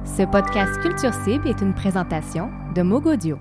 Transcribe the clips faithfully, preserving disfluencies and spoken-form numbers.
Ce podcast Culture Cible est une présentation de Mogodio.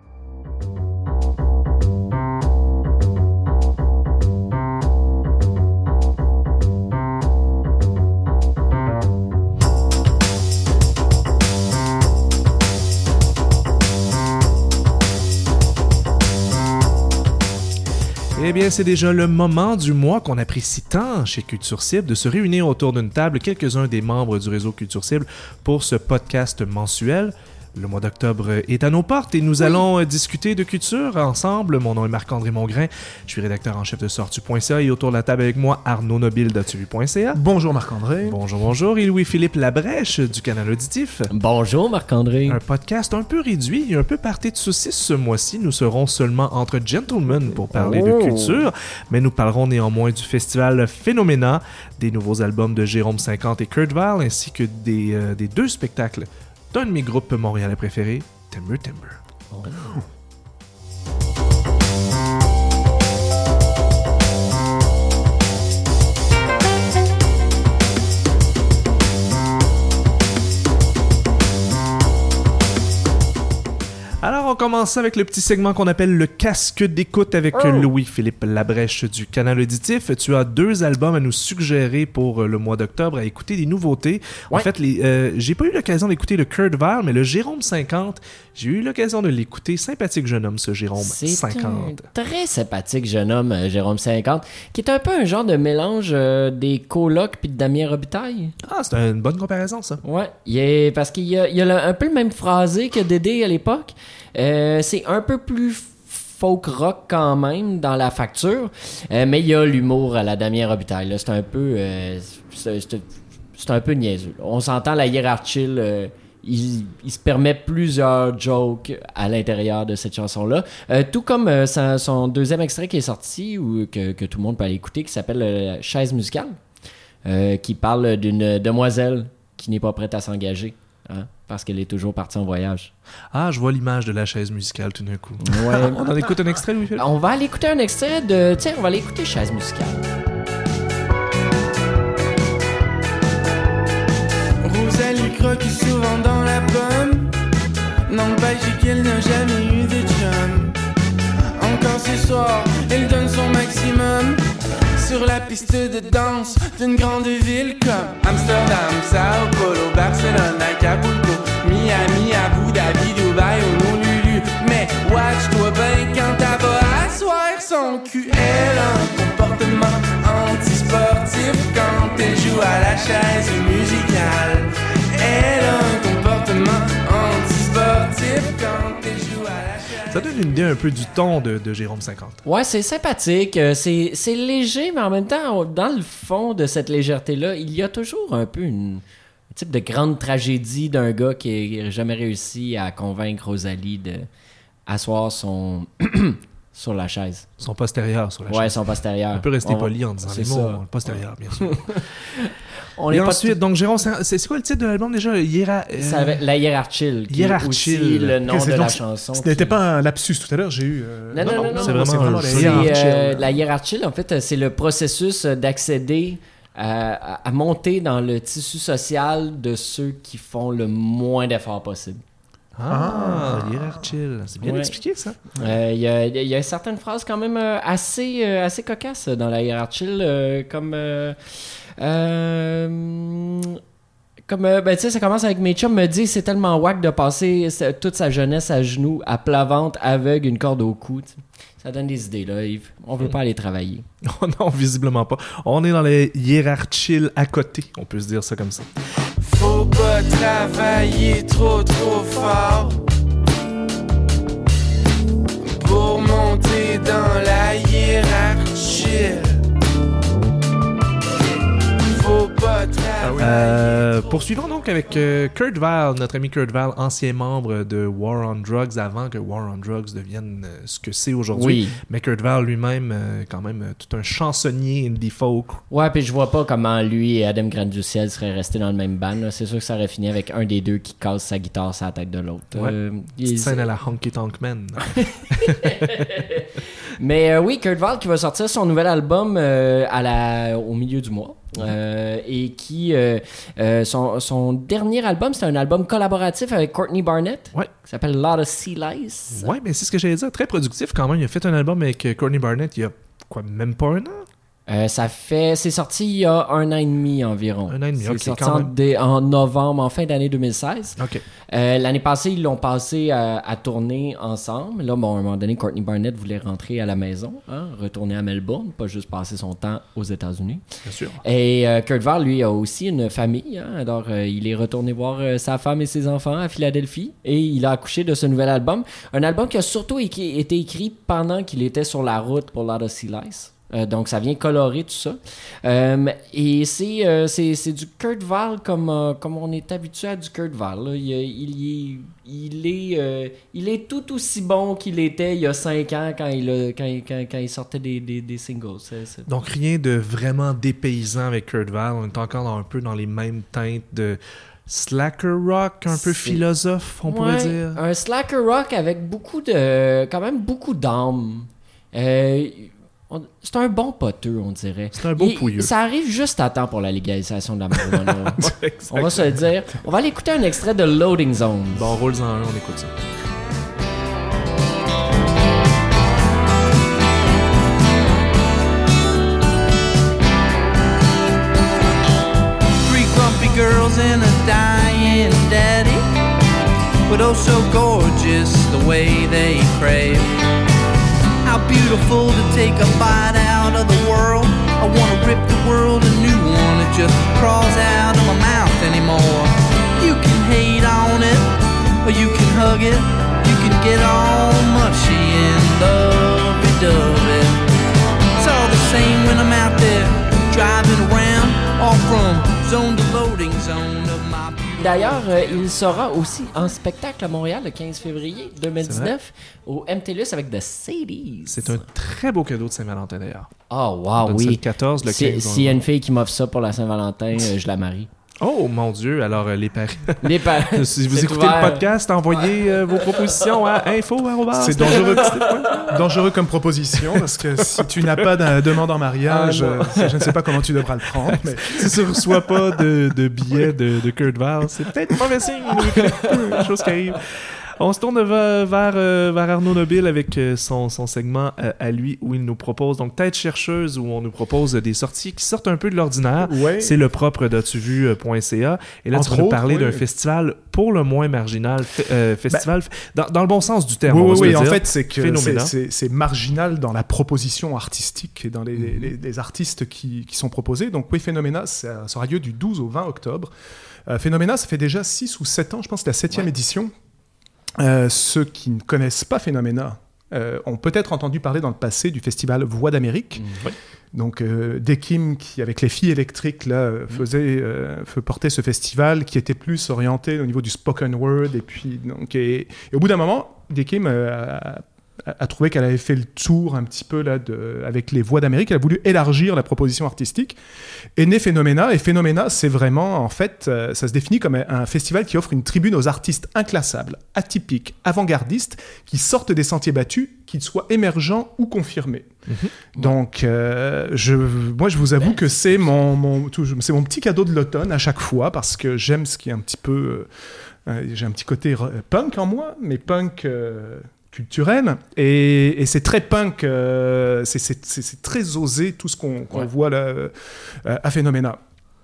Eh bien, c'est déjà le moment du mois qu'on apprécie tant chez Culture Cible de se réunir autour d'une table, quelques-uns des membres du réseau Culture Cible, pour ce podcast mensuel. Le mois d'octobre est à nos portes et nous oui. allons discuter de culture ensemble. Mon nom est Marc-André Mongrain, je suis rédacteur en chef de sortu point c a et autour de la table avec moi, Arnaud Nobile d'A T V point c a. Bonjour Marc-André. Bonjour, bonjour. Et Louis-Philippe Labrèche du Canal Auditif. Bonjour Marc-André. Un podcast un peu réduit et un peu party de saucisses ce mois-ci. Nous serons seulement entre gentlemen pour parler oh. de culture, mais nous parlerons néanmoins du festival Phénoména, des nouveaux albums de Jérôme cinquante et Kurt Weill, ainsi que des, euh, des deux spectacles d'un de mes groupes montréalais préférés, Timber Timber. Oh. Alors, on commence avec le petit segment qu'on appelle le casque d'écoute avec oh. Louis-Philippe Labrèche du Canal Auditif. Tu as deux albums à nous suggérer pour le mois d'octobre, à écouter des nouveautés. Ouais. En fait, les, euh, j'ai pas eu l'occasion d'écouter le Kurt Weill, mais le Jérôme cinquante, j'ai eu l'occasion de l'écouter. Sympathique jeune homme, ce Jérôme C'est cinquante. C'est un très sympathique jeune homme, Jérôme cinquante, qui est un peu un genre de mélange euh, des colocs puis de Damien Robitaille. Ah, c'est une bonne comparaison, ça. Ouais, il est, parce qu'il y a, il y a le, un peu le même phrasé que Dédé à l'époque. Euh, c'est un peu plus folk rock quand même dans la facture, euh, mais il y a l'humour à la Damien Robitaille. Là. C'est un peu, euh, c'est, c'est, c'est un peu niaiseux. Là. On s'entend la hiérarchie. Euh, il, il se permet plusieurs jokes à l'intérieur de cette chanson-là. Euh, tout comme euh, sa, son deuxième extrait qui est sorti ou que, que tout le monde peut aller écouter, qui s'appelle euh, Chaise musicale, euh, qui parle d'une demoiselle qui n'est pas prête à s'engager. Hein, parce qu'elle est toujours partie en voyage. Ah, je vois l'image de la chaise musicale tout d'un coup. Ouais. On en écoute un extrait, Louis-Philippe? On va aller écouter un extrait de... Tiens, on va aller écouter Chaise musicale. Rosalie croque souvent dans la pomme. N'empêche qu'elle n'a jamais eu de chum. Encore ce soir, elle donne son maximum sur la piste de danse d'une grande ville comme Amsterdam, Sao Paulo, Barcelone, Acapulco, Miami, Abu Dhabi, Dubaï ou Honolulu. Mais watch-toi bien quand elle va asseoir son cul. Elle a un comportement antisportif quand elle joue à la chaise musicale. Elle a un comportement antisportif quand elle joue à la chaise. Ça donne une idée un peu du ton de, de Jérôme cinquante. Ouais, c'est sympathique, c'est, c'est léger, mais en même temps, dans le fond de cette légèreté-là, il y a toujours un peu une, un type de grande tragédie d'un gars qui n'a jamais réussi à convaincre Rosalie d'asseoir son... sur la chaise. Son postérieur sur la ouais, chaise. Ouais, son postérieur. On peut rester on poli en disant les mots. Ça. Postérieur, bien sûr. On Et ensuite, donc Jérôme, c'est, c'est quoi le titre de l'album déjà? Hiéra... Euh... Ça avait, la hiérarchie, qui est aussi le nom okay, de la chanson. Ce n'était qui... pas un lapsus tout à l'heure, j'ai eu... Euh... Non, non, non, non, non, c'est vraiment, c'est vraiment la hiérarchie. Euh, la hiérarchie, en fait, c'est le processus d'accéder à, à, à monter dans le tissu social de ceux qui font le moins d'efforts possible. Ah, ah hiérarchie, c'est bien ouais. expliqué ça. Il euh, y, a, y a certaines phrases quand même euh, assez, euh, assez cocasses dans la hiérarchie, euh, comme euh, euh, comme euh, ben tu sais, ça commence avec mes chums me disent c'est tellement wack de passer toute sa jeunesse à genoux, à plat ventre, aveugle, une corde au cou. T'sais. Ça donne des idées, là, Yves. On veut pas aller travailler. Non, visiblement pas. On est dans les hiérarchies à côté, on peut se dire ça comme ça. Faut pas travailler trop trop fort pour monter dans la hiérarchie. Faut pas travailler. Euh, poursuivons donc avec euh, Kurt Weill, notre ami Kurt Weill, ancien membre de War on Drugs avant que War on Drugs devienne euh, ce que c'est aujourd'hui. Oui. Mais Kurt Weill lui-même, euh, quand même, euh, tout un chansonnier indie folk. Ouais, puis je vois pas comment lui et Adam Grant du Ciel seraient restés dans le même band. Là. C'est sûr que ça aurait fini avec un des deux qui casse sa guitare sur la tête de l'autre. Ouais. Euh, Petite il... scène à la Honky Tonk Man. Mais euh, oui, Kurt Weill qui va sortir son nouvel album euh, à la... au milieu du mois. Euh, et qui euh, euh, son, son dernier album, c'est un album collaboratif avec Courtney Barnett, Ouais. qui s'appelle Lot of Sea Lice. Ouais, mais c'est ce que j'allais dire. Très productif quand même. Il a fait un album avec euh, Courtney Barnett il y a quoi, même pas un an? Euh, ça fait, c'est sorti il y a un an et demi environ. Un an et demi, c'est ok, sorti quand en, même. dé- en novembre, en fin d'année deux mille seize. Ok. Euh, l'année passée, ils l'ont passé à, à tourner ensemble. Là, bon, à un moment donné, Courtney Barnett voulait rentrer à la maison, hein, retourner à Melbourne, pas juste passer son temps aux États-Unis. Bien sûr. Et euh, Kurt Weill, lui, a aussi une famille. Hein, alors, euh, il est retourné voir euh, sa femme et ses enfants à Philadelphie. Et il a accouché de ce nouvel album. Un album qui a surtout écrit- été écrit pendant qu'il était sur la route pour Lot of Sea Lice. Euh, donc, ça vient colorer tout ça. Euh, et c'est, euh, c'est, c'est du Kurt Weill comme, euh, comme on est habitué à du Kurt Weill. Là. Il, il, il, il, est, euh, il est tout aussi bon qu'il était il y a cinq ans quand il, a- quand, il- quand, quand il sortait des, des, des singles. C'est, c'est... Donc rien de vraiment dépaysant avec Kurt Weill. On est encore dans- un peu dans les mêmes teintes de slacker rock, un peu C'est- philosophe, on pourrait Ouais, dire. un slacker rock avec beaucoup de... quand même beaucoup d'âme. Euh, on- c'est un bon poteux, on dirait. C'est un beau Et pouilleux. Ça arrive juste à temps pour la légalisation de la marijuana. On va se le dire. On va aller écouter un extrait de Loading Zone. Bon, roule-en un, on écoute ça. Three grumpy girls and a dying daddy, but oh so gorgeous the way they crave. How beautiful to take a bite out of the world. I wanna rip the world a new one. It just crawls out of my mouth anymore. You can hate on it, or you can hug it. You can get all mushy and lovey-dovey. It's all the same when I'm out there driving around, all from zone to loading zone of my beautiful. D'ailleurs, euh, il sera aussi en spectacle à Montréal le quinze février deux mille dix-neuf au M T L U S avec The Sadies. C'est un très beau cadeau de Saint-Valentin d'ailleurs. Oh, wow, On donne ça oui. le quatorze, le Si- quinze. S'il y a on- une fille qui m'offre ça pour la Saint-Valentin, euh, je la marie. Oh mon Dieu, alors euh, les paris. Les pa- Si vous C'est écoutez ouvert. le podcast, envoyez euh, vos propositions à info. C'est dangereux, dangereux comme proposition parce que si tu n'as pas de demande en mariage, Ah, non. euh, je ne sais pas comment tu devras le prendre. Mais Si tu ne reçois pas de, de billets de, de Kurt Weill, c'est peut-être mauvais signe. Il nous connaît peu, des choses qui arrivent. On se tourne vers, vers, euh, vers Arnaud Nobile avec euh, son, son segment euh, à lui où il nous propose donc Tête chercheuse, où on nous propose des sorties qui sortent un peu de l'ordinaire. ouais, C'est le propre d'as-tu vu point c a. Et là, Entre tu vas nous autres, parler oui. d'un festival pour le moins marginal. Fe- euh, festival, dans, dans le bon sens du terme. oui, on va oui, se oui, le en dire. fait, c'est que c'est, Phénoménal. c'est- c'est marginal dans la proposition artistique et dans les, Mhm. les- les artistes qui, qui sont proposés. Donc, oui, Phénoména, ça, ça aura lieu du douze au vingt octobre. Euh, Phénoména, ça fait déjà six ou sept ans, je pense, la septième Ouais. édition. Euh, ceux qui ne connaissent pas Phénoména euh, ont peut-être entendu parler dans le passé du festival Voix d'Amérique. Oui. Donc, euh, Dekim, qui avec les filles électriques là, euh, faisait, euh, fe- portait ce festival qui était plus orienté au niveau du spoken word. Et puis, donc, et, et au bout d'un moment, Dekim euh, a, a trouvé qu'elle avait fait le tour un petit peu là, de, avec les Voix d'Amérique. Elle a voulu élargir la proposition artistique. Et né Phénoména. Et Phénoména, c'est vraiment, en fait, euh, ça se définit comme un, un festival qui offre une tribune aux artistes inclassables, atypiques, avant-gardistes, qui sortent des sentiers battus, qu'ils soient émergents ou confirmés. Donc, euh, je, moi, je vous avoue que c'est mon, mon, tout- c'est mon petit cadeau de l'automne à chaque fois parce que j'aime ce qui est un petit peu. euh, euh, j'ai un petit côté ro- punk en moi, mais punk euh, culturel. Et, et c'est très punk, euh, c'est, c'est, c'est, c'est très osé tout ce qu'on, qu'on Ouais. voit là euh, à Phénoména.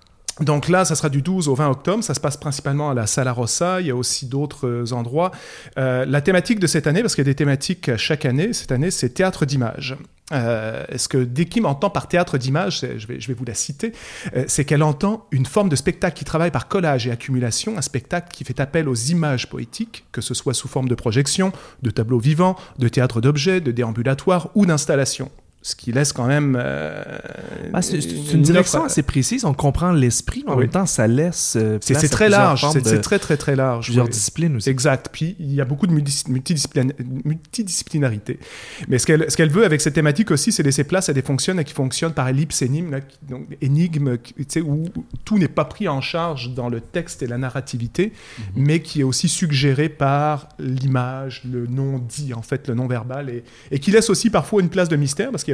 Donc là, ça sera du douze au vingt octobre. Ça se passe principalement à la Sala Rossa. Il y a aussi d'autres euh, endroits. Euh, la thématique de cette année, parce qu'il y a des thématiques chaque année, cette année, c'est théâtre d'image. Euh, ce que Dekim entend par théâtre d'image, c'est- je vais, je vais vous la citer, euh, c'est qu'elle entend une forme de spectacle qui travaille par collage et accumulation, un spectacle qui fait appel aux images poétiques, que ce soit sous forme de projection, de tableaux vivants, de théâtre d'objets, de déambulatoire ou d'installation. Ce qui laisse quand même... euh, Ah, c'est, c'est une une direction offre- assez précise. On comprend l'esprit, mais en Oui. même temps, ça laisse. euh, C'est, place c'est à très plusieurs large, formes c'est, de- c'est très très très large. plusieurs oui. disciplines aussi. Exact. Puis il y a beaucoup de multi- multidisciplin- multidisciplinarité. Mais ce qu'elle, ce qu'elle veut avec cette thématique aussi, c'est laisser place à des fonctions qui fonctionnent par ellipse énigme, là, qui- donc énigme, qui- tu sais, où tout n'est pas pris en charge dans le texte et la narrativité, mais qui est aussi suggéré par l'image, le non dit, en fait, le non verbal, et, et qui laisse aussi parfois une place de mystère, parce qu'il y a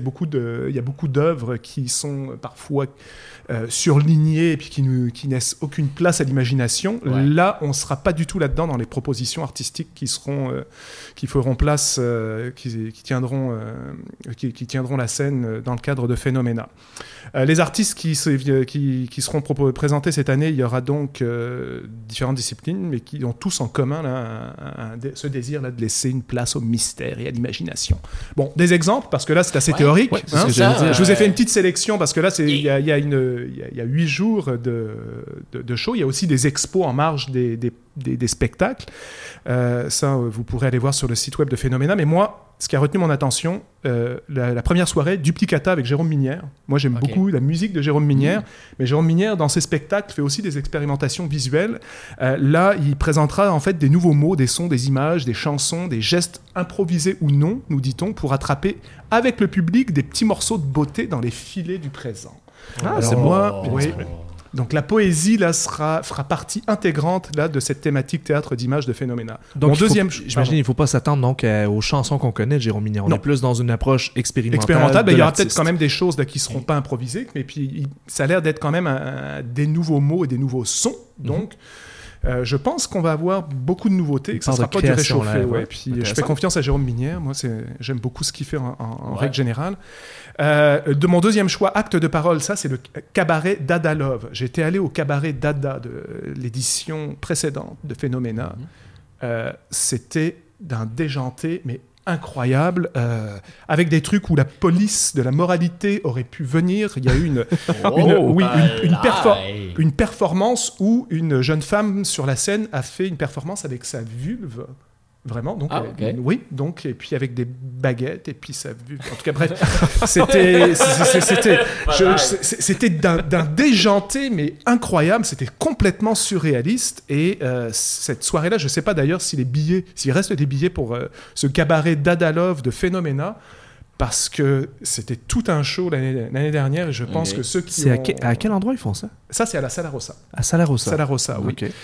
beaucoup de, il y a beaucoup d'œuvres qui sont parfois euh, surlignées et puis qui ne qui laissent aucune place à l'imagination. Ouais. Là, on ne sera pas du tout là-dedans dans les propositions artistiques qui seront, euh, qui feront place, euh, qui, qui tiendront, euh, qui, qui tiendront la scène dans le cadre de Phénoména. Euh, les artistes qui, se, qui, qui seront propos, présentés cette année, il y aura donc euh, différentes disciplines, mais qui ont tous en commun là, un, un, ce désir là, de laisser une place au mystère et à l'imagination. Bon, des exemples, parce que là, c'est assez Ouais. théorique. Ouais, c'est hein. ce que j'allais dire. Je vous ai fait une petite sélection, parce que là, il y a, y a une il y a, il y a huit jours de, de, de show. Il y a aussi des expos en marge des, des, des, des spectacles. Euh, ça, vous pourrez aller voir sur le site web de Phénoména. Mais moi, ce qui a retenu mon attention, euh, la, la première soirée, Duplicata avec Jérôme Minière. Moi, j'aime Okay. beaucoup la musique de Jérôme Minière. Mmh. Mais Jérôme Minière, dans ses spectacles, fait aussi des expérimentations visuelles. Euh, là, il présentera en fait des nouveaux mots, des sons, des images, des chansons, des gestes improvisés ou non, nous dit-on, pour attraper avec le public des petits morceaux de beauté dans les filets du présent. Ah, Alors c'est moi, bon. oui. Donc la poésie là sera fera partie intégrante là de cette thématique théâtre d'image de Phénoména. Donc, Mon il faut- deuxième, j'imagine qu'il ne faut pas s'attendre donc à- aux chansons qu'on connaît de Jérôme Minière. On Non. est plus dans une approche expérimentale. expérimental, ben, de il y aura l'artiste. peut-être quand même des choses là qui seront pas improvisées, mais puis il- ça a l'air d'être quand même un- un- des nouveaux mots et des nouveaux sons. Donc euh, je pense qu'on va avoir beaucoup de nouveautés, et que ça parle sera de pas du création réchauffé. live, Ouais. ouais. Puis je Intéressant. fais confiance à Jérôme Minière. Moi, c'est, j'aime beaucoup ce qu'il fait en, en- en Ouais. règle générale. Euh, de mon deuxième choix, acte de parole, ça c'est le cabaret Dada Love. J'étais allé au cabaret Dada de l'édition précédente de Phénoména. Euh, c'était d'un déjanté, mais incroyable, euh, avec des trucs où la police de la moralité aurait pu venir. Il y a eu une, une, Oh, oui, une, une, perfor- bye. une performance où une jeune femme sur la scène a fait une performance avec sa vulve. Vraiment, donc Ah, euh, ok. oui, donc et puis avec des baguettes et puis sa vulve. En tout cas, bref, c'était c'est- c'était je- c'est- c'était d'un d'un déjanté mais incroyable. C'était complètement surréaliste et euh, cette soirée-là, je sais pas d'ailleurs si les billets, s'il reste des billets pour euh, ce cabaret Dada Love de Phénoména. Parce que c'était tout un show l'année, l'année dernière et je pense Ok. que ceux qui C'est à, ont... que- à quel endroit ils font ça? Ça, c'est à la Sala Rossa. À Sala Rossa. Sala Rossa, oui. Ok.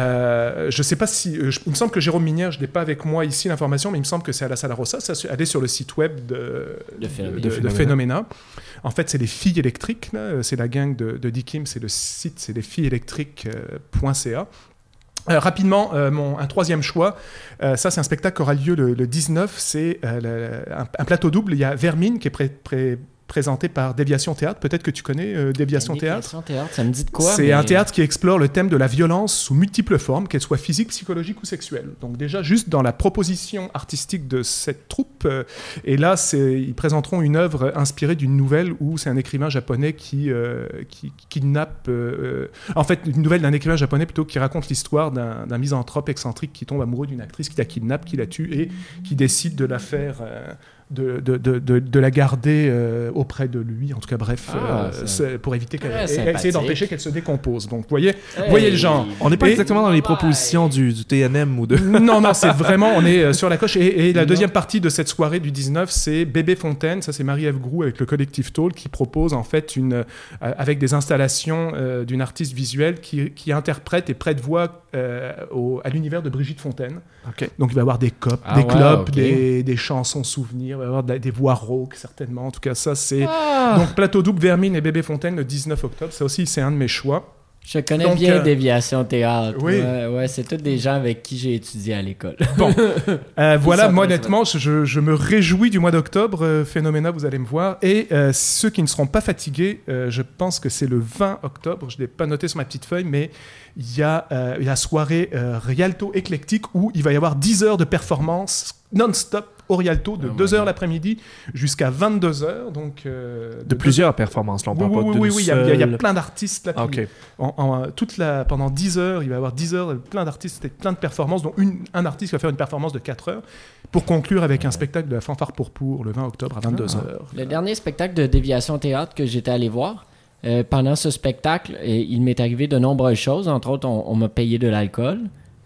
Euh, je sais pas si... euh, je- il me semble que Jérôme Minière, je n'ai pas avec moi ici l'information, mais il me semble que c'est à la Sala Rossa. Ça, allez sur le site web de, De Phénoména. de- de Phénoména. Phénoména. En fait, c'est les filles électriques. Là. C'est la gang de, de Dick Kim. C'est le site, c'est les filles électriques point c a. Euh, rapidement, euh, mon, un troisième choix, euh, ça c'est un spectacle qui aura lieu le, le dix-neuf, c'est euh, le- un, un plateau double, il y a Vermine qui est pré- pré- présenté par Déviation Théâtre, peut-être que tu connais euh, Déviation Théâtre. Déviation Théâtre, ça me dit de quoi? C'est mais- un théâtre qui explore le thème de la violence sous multiples formes, qu'elle soit physique, psychologique ou sexuelle. Donc déjà, juste dans la proposition artistique de cette troupe, euh, et là, c'est, ils présenteront une œuvre inspirée d'une nouvelle où c'est un écrivain japonais qui, euh, qui kidnappe... euh, en fait, une nouvelle d'un écrivain japonais plutôt qui raconte l'histoire d'un, d'un misanthrope excentrique qui tombe amoureux d'une actrice qui la kidnappe, qui la tue et qui décide de la faire... euh, de, de, de, de, de la garder euh, auprès de lui, en tout cas bref, Ah, euh, ça- c'est pour éviter qu'elle Très et- essayer sympathique. d'empêcher qu'elle se décompose. Donc, vous voyez, Hey. vous voyez le genre. On n'est pas Et- exactement dans les propositions du, du T N M ou de... Non, non, c'est vraiment, on est euh, sur la coche. Et, et la Non. deuxième partie de cette soirée du dix-neuf, c'est Bébé Fontaine. Ça, c'est Marie-Ève Groux avec le collectif Tall qui propose en fait une, euh, avec des installations euh, d'une artiste visuelle qui, qui interprète et prête voix euh, au- à l'univers de Brigitte Fontaine. Ok. Donc, il va y avoir des copes, Ah des ouais, clubs, ok. des, des chansons souvenirs, il va y avoir de la- des voix rauques, certainement. En tout cas, ça, c'est. Ah, Donc, Plateau double, Vermine et Bébé Fontaine le dix-neuf octobre. Ça aussi, c'est un de mes choix. je connais donc, bien euh, Déviation Théâtre. oui. Ouais, ouais, c'est tous des gens avec qui j'ai étudié à l'école. Bon, Euh, voilà, ça, moi ça, honnêtement, je, je me réjouis du mois d'octobre. Euh, Phénoména, vous allez me voir. Et euh, ceux qui ne seront pas fatigués, euh, je pense que c'est le vingt octobre. Je ne l'ai pas noté sur ma petite feuille, mais il y a euh, la soirée euh, Rialto éclectique où il va y avoir dix heures de performance non-stop au Rialto de Oh my deux heures God. l'après-midi jusqu'à vingt-deux heures. Donc, euh, De deux- plusieurs performances, là, on Oui, parle oui, pas oui, d'une oui, oui, il y a- il y, a- il y a seule. plein d'artistes là. Ah, puis ok. en, en- toute la, pendant dix heures, il va y avoir dix heures, plein d'artistes et plein de performances, dont une, un artiste qui va faire une performance de quatre heures, pour conclure avec un spectacle de la fanfare pourpour le vingt octobre à vingt-deux heures. Le dernier spectacle de Déviation Théâtre que j'étais allé voir, euh, pendant ce spectacle, et il m'est arrivé de nombreuses choses. Entre autres, on, on m'a payé de l'alcool.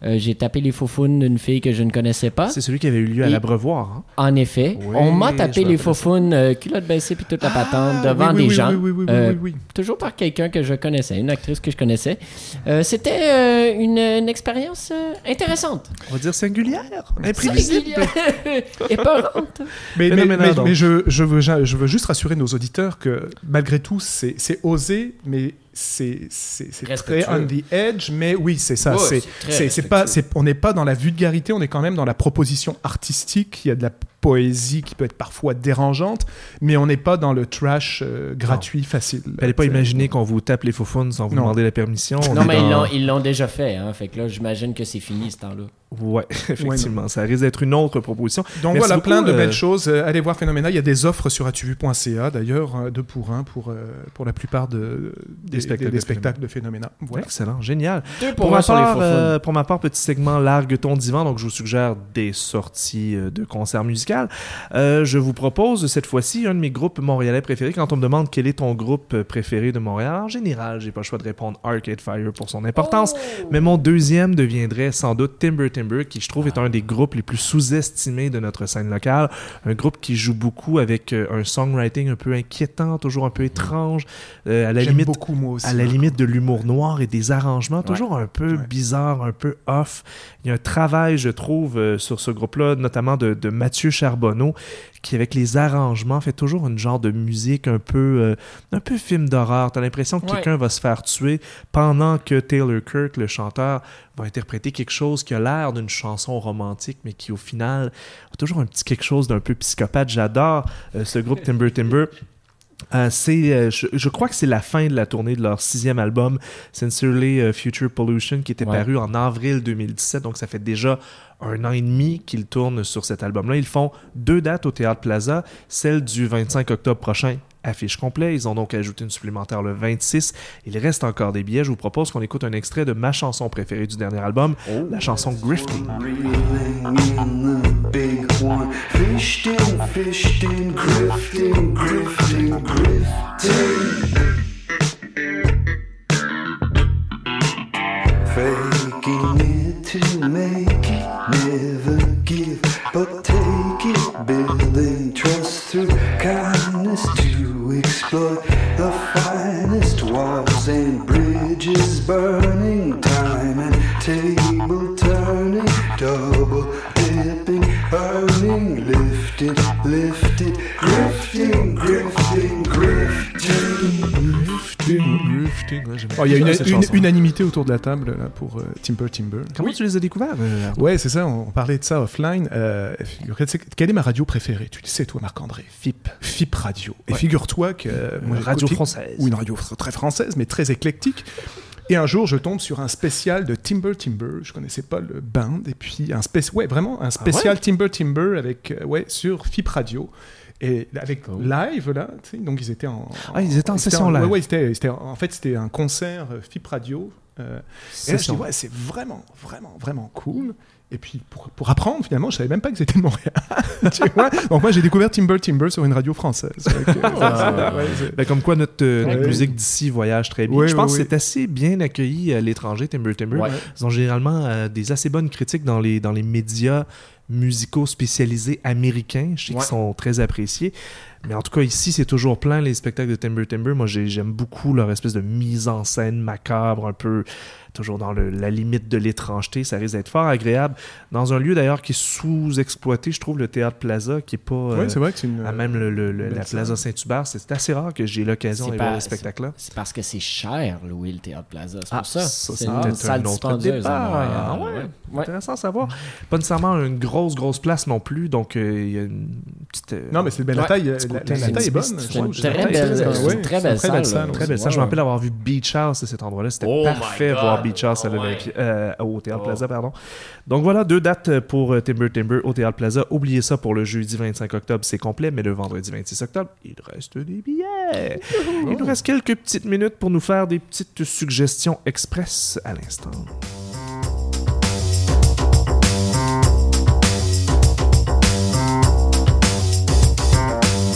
Euh, j'ai tapé les faufounes d'une fille que je ne connaissais pas. C'est celui qui avait eu lieu à Et- l'Abreuvoir. Hein? En effet. Oui, On m'a je tapé me les rappelle faufounes, euh, culotte baissée puis toute la patente, Ah, devant oui, des oui, gens. Oui, oui, oui, oui, Euh, oui, oui. Toujours par quelqu'un que je connaissais, une actrice que je connaissais. Euh, c'était euh, une, une expérience euh, intéressante. On va dire singulière, imprévisible. Singulière. Épeurante. Mais, mais, Phénoménal, mais- donc. mais je, je, veux, je veux juste rassurer nos auditeurs que malgré tout, c'est c'est osé, mais c'est c'est- c'est très Respectueux. on the edge. Mais oui, c'est ça. Ouais, c'est c'est très c'est- c'est pas, respectueux. c'est- on n'est pas dans la vulgarité, on est quand même dans la proposition artistique. Il y a de la poésie qui peut être parfois dérangeante, mais on n'est pas dans le trash euh, gratuit, facile. Fallait pas C'est- imaginer qu'on vous tape les faufounes sans vous Non. demander la permission. On Non, est mais ils dans- l'ont, ils l'ont déjà fait. Hein. Fait que là, j'imagine que c'est fini ce temps-là. Ouais, effectivement. Ça risque d'être une autre proposition. Donc Merci voilà, beaucoup, plein de euh, belles choses. Euh, allez voir Phénoména. Il y a des offres sur atuvu point c a d'ailleurs, euh, deux pour un pour, euh, pour la plupart de, des, Des spectacles des de spectacles de Phénoména. Voilà. Excellent, génial. Deux Pour pour un ma, sur les part, faufounes. euh, pour ma part, petit segment Largue ton divan, donc je vous suggère des sorties euh, de concerts musicaux. Euh, je vous propose cette fois-ci un de mes groupes montréalais préférés. Quand on me demande quel est ton groupe préféré de Montréal, en général, j'ai pas le choix de répondre Arcade Fire pour son importance. Oh! Mais mon deuxième deviendrait sans doute Timber Timber, qui je trouve est un des groupes les plus sous-estimés de notre scène locale. Un groupe qui joue beaucoup avec euh, un songwriting un peu inquiétant, toujours un peu étrange, euh, à la J'aime limite beaucoup moi aussi. à la limite de l'humour noir et des arrangements toujours un peu Ouais. bizarres, un peu off. Il y a un travail, je trouve, euh, sur ce groupe-là, notamment de, de Mathieu Charbonneau, qui, avec les arrangements, fait toujours une genre de musique un peu, euh, un peu film d'horreur. T'as l'impression que Ouais. quelqu'un va se faire tuer pendant que Taylor Kirk, le chanteur, va interpréter quelque chose qui a l'air d'une chanson romantique, mais qui, au final, a toujours un petit quelque chose d'un peu psychopathe. J'adore euh, ce groupe Timber Timber. Euh, c'est, euh, je, je crois que c'est la fin de la tournée de leur sixième album, Sincerely uh, Future Pollution, qui était Ouais. paru en avril deux mille dix-sept. Donc, ça fait déjà un an et demi qu'ils tournent sur cet album-là. Ils font deux dates au Théâtre Plaza, celle du vingt-cinq octobre prochain. Affiche complet. Ils ont donc ajouté une supplémentaire le vingt-six. Il reste encore des billets. Je vous propose qu'on écoute un extrait de ma chanson préférée du dernier album, la chanson Grifting. Reeling in the big one. Fished in, fished in, grifting, grifting, grifting. Faking it to make it, never give, but take it. Building trust through kindness to exploit the finest walls and bridges burning. Time and table turning, double dipping, burning, lifted, lifted, grifting, grifting, grifting. Grifting. Ouais, j'aime Oh, il y a bien une, cette une- chanson. unanimité autour de la table là, pour euh, Timber Timber. Comment tu les as découverts, euh, Arnaud? Ouais, c'est ça, on, on parlait de ça offline. Euh, figure- c'est- quelle est ma radio préférée? Tu le sais, toi, Marc-André? F I P. F I P Radio. Et Ouais. figure-toi que... euh, moi, Une radio j'écoute- française. Ou une radio fr- très française, mais très éclectique. Et un jour, je tombe sur un spécial de Timber Timber. Je connaissais pas le band. Et puis, un spécial... Ouais, vraiment, un spécial Timber Timber avec, euh, ouais, sur F I P Radio. Et avec live, là, tu sais, donc ils étaient en... Ah, ils étaient en session live. Ouais, ouais, c'était, c'était- en fait, c'était un concert euh, F I P Radio. euh, et là, je Session. dis, ouais, c'est vraiment, vraiment, vraiment cool. Et puis, pour, pour apprendre, finalement, je savais même pas que c'était de Montréal. Tu vois. Donc, moi, j'ai découvert Timber Timber sur une radio française. Donc, euh, Ah. c'est- ouais, c'est- Ben, comme quoi notre, euh, notre Ouais. musique d'ici voyage très bien. Oui, Je pense oui, que oui. c'est assez bien accueilli à l'étranger, Timber Timber. Ouais. Ils ont généralement euh, des assez bonnes critiques dans les, dans les médias musicaux spécialisés américains. Je sais Ouais. qu'ils sont très appréciés. Mais en tout cas, ici, c'est toujours plein les spectacles de Timber Timber. Moi, j'ai- j'aime beaucoup leur espèce de mise en scène macabre, un peu toujours dans le- la limite de l'étrangeté. Ça risque d'être fort agréable. Dans un lieu d'ailleurs qui est sous-exploité, je trouve, le Théâtre Plaza, qui est pas... euh, Ouais, c'est vrai que c'est une. à même le, le- le- belle la salle. Plaza Saint-Hubert. C'est assez rare que j'ai l'occasion C'est d'aller pas- voir le spectacle-là. C'est parce que c'est cher, louer le Théâtre Plaza. C'est Ah, pour ça. ça, c'est c'est une peut-être salle un autre dispendieuse débat. à Montréal. Ah ouais. Ouais. Ouais. Intéressant à savoir. Pas nécessairement une grosse, grosse place non plus. Donc, euh, il y a une petite... euh, Non, mais c'est belle. La Ouais. taille, la, Petit la- côté la taille est bonne. intimiste. C'est une je très trouve. belle- Ouais, c'est une ouais, très c'est belle une salle, là. Très belle. Ça, je me rappelle avoir vu Beach House à cet endroit-là. C'était Oh parfait my God. voir Beach House à Oh l'Olympia- ouais. euh, au Théâtre Oh. Plaza. Pardon. Donc voilà, deux dates pour euh, Timber Timber au Théâtre Plaza. Oubliez ça pour le jeudi vingt-cinq octobre, c'est complet, mais le vendredi vingt-six octobre, il reste des billets. Il nous reste quelques petites minutes pour nous faire des petites suggestions express à l'instant.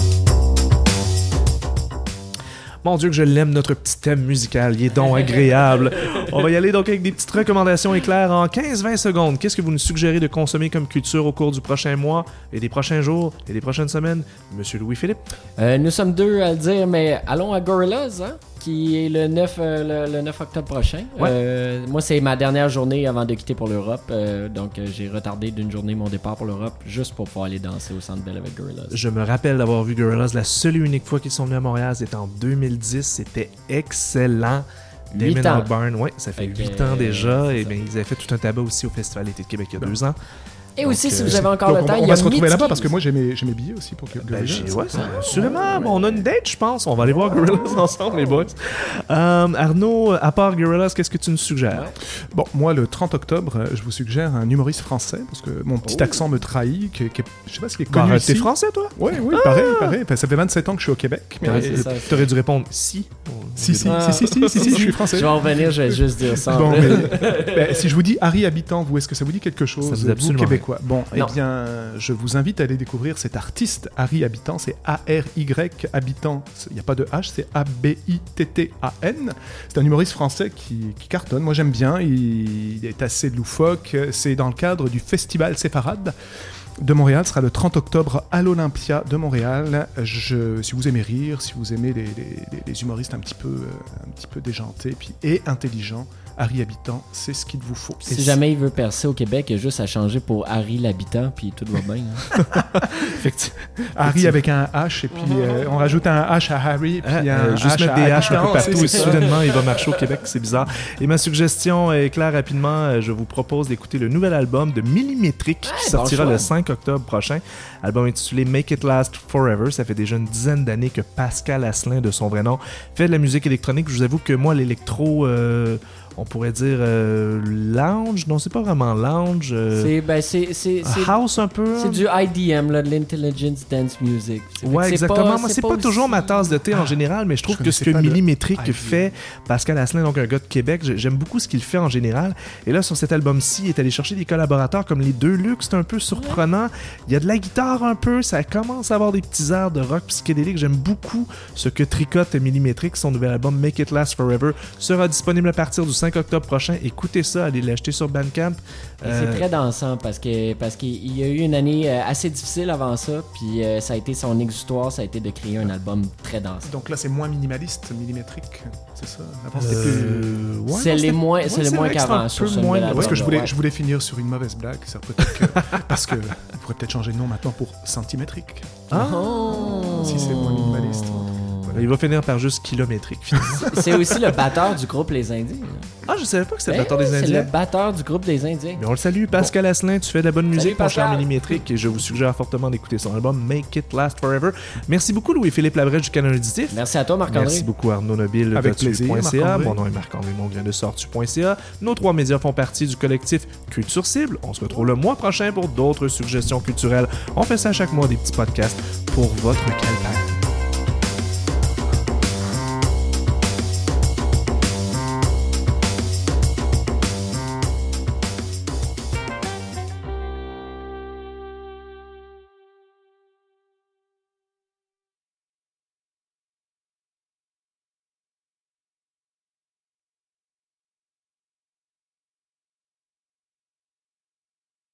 Mon Dieu que je l'aime, notre petit thème musical, il est donc agréable. On va y aller donc avec des petites recommandations éclairs en quinze à vingt secondes. Qu'est-ce que vous nous suggérez de consommer comme culture au cours du prochain mois et des prochains jours et des prochaines semaines? Monsieur Louis-Philippe? Euh, nous sommes deux à le dire, mais allons à Gorillaz, hein, qui est le neuf, euh, le, le neuf octobre prochain. Ouais. Euh, moi, c'est ma dernière journée avant de quitter pour l'Europe. Euh, donc, euh, j'ai retardé d'une journée mon départ pour l'Europe juste pour pouvoir aller danser au Centre Bell avec Gorillaz. Je me rappelle d'avoir vu Gorillaz. La seule et unique fois qu'ils sont venus à Montréal, c'était en deux mille dix. C'était excellent. Huit Damon ans. Albarn, ouais, ça fait Fait huit que, ans déjà. c'est Et ça. bien, ils avaient fait tout un tabac aussi au Festival Été de Québec il y a deux ans. Et Donc, aussi, si euh, vous avez encore Donc, le on, temps, va- il on y va a se retrouver là-bas Mitski. parce que moi j'ai mes, j'ai mes billets aussi pour que Ben, j'ai- Gorillaz. ouais, ça, assurément. Bon, on a une date, je pense. On va aller voir Gorillaz ensemble, les boys. Euh, Arnaud, à part Gorillaz, qu'est-ce que tu nous suggères? Bon, moi, le trente octobre, euh, je vous suggère un humoriste français, parce que mon petit Oh. accent me trahit, qui, qui est- je sais pas s'il est Bah, connu arrête, t'es ici. français, toi? Oui, oui, pareil, pareil. Enfin, ça fait vingt-sept ans que je suis au Québec. Mais Ouais, c'est ça. T'aurais dû répondre si. Si, si, Ah. si, si, si, si, si, je suis français. Je vais en revenir, je vais juste dire ça. en Bon, vrai. mais, ben, si je vous dis Harry Habitant, vous, est-ce que ça vous dit quelque chose, Ça me dit vous absolument québécois? Bon, eh Non. bien, je vous invite à aller découvrir cet artiste, Harry Habitant, c'est A R Y Habitant, il n'y a pas de H, c'est A B I T T A N. C'est un humoriste français qui, qui cartonne, moi j'aime bien, il, il est assez loufoque, c'est dans le cadre du Festival Séfarade de Montréal, ce sera le trente octobre à l'Olympia de Montréal. Je, si vous aimez rire, si vous aimez les, les- les- les humoristes un petit peu, euh, un petit peu déjantés puis, et intelligents, Harry Habitant, c'est ce qu'il vous faut. Et Si jamais il veut percer au Québec, il y a juste à changer pour Harry l'habitant, puis tout va bien. hein. Effectivement. Harry avec un H, et puis euh, on rajoute un H à Harry, puis Ah, un euh, juste H mettre à des H un Habitant, peu partout c'est- et c'est ça. soudainement il va marcher au Québec, c'est bizarre. Et ma suggestion est claire rapidement, euh, je vous propose d'écouter le nouvel album de Millimétrique qui Ouais, sortira bon choix. le cinq octobre prochain. Album intitulé Make It Last Forever. Ça fait déjà une dizaine d'années que Pascal Asselin, de son vrai nom, fait de la musique électronique. Je vous avoue que moi, l'électro, euh, on pourrait dire euh, lounge, non, c'est pas vraiment lounge. euh, C'est ben, c'est- c'est- c'est- house un peu. c'est du I D M, là, de l'Intelligence Dance Music. C'est- fait que Ouais, c'est exactement. pas- Moi, c'est pas, toujours aussi- ma tasse de thé en Ah, général, mais je trouve je que ce que connaissais pas le Millimétrique I D M. fait, Pascal Asselin, donc un gars de Québec, j'ai- j'aime beaucoup ce qu'il fait en général. Et là, sur cet album-ci, il est allé chercher des collaborateurs comme les Deux Luxe, c'est un peu surprenant. Il y a de la guitare un peu, ça commence à avoir des petits airs de rock psychédélique. J'aime beaucoup ce que tricote Millimétrique. Son nouvel album Make It Last Forever sera disponible à partir du cinq octobre prochain. Écoutez ça, allez l'acheter sur Bandcamp. Et Euh, C'est très dansant parce que parce qu'il y a eu une année euh, assez difficile avant ça, puis euh, ça a été son exutoire, ça a été de créer un album très dansant. Donc là, c'est moins minimaliste, millimétrique, c'est ça. Avant, c'était plus... euh, ouais, c'est non, les moins, ouais, c'est les c'est moins vrai que c'est un qu'avant peu sur ce moins- nouvel ouais, album. Parce que je voulais, ouais. je voulais finir sur une mauvaise blague, c'est peut-être que... parce que on pourrait peut-être changer de nom maintenant pour centimétrique. Ah. Oh. Si c'est moins minimaliste. Il va finir par juste kilométrique. finalement. C'est aussi le batteur du groupe Les Indiens. Ah, je savais pas que c'était le Ben batteur oui, des C'est Indiens. le batteur du groupe des Indiens. Mais on le salue, Pascal Asselin, tu fais de la bonne musique, mon cher Pascal. Millimétrique, et je vous suggère fortement d'écouter son album Make It Last Forever. Merci beaucoup Louis-Philippe Labrèche du Canon Auditif. Merci à toi, Marc-André. Merci beaucoup Arnaud Nobile Avec de plaisir, Tortue.ca. Marc-André. Mon nom est Marc-André Mongrain de Sortu.ca. Nos trois médias font partie du collectif Culture Cible. On se retrouve le mois prochain pour d'autres suggestions culturelles. On fait ça chaque mois, des petits podcasts pour votre calvaire.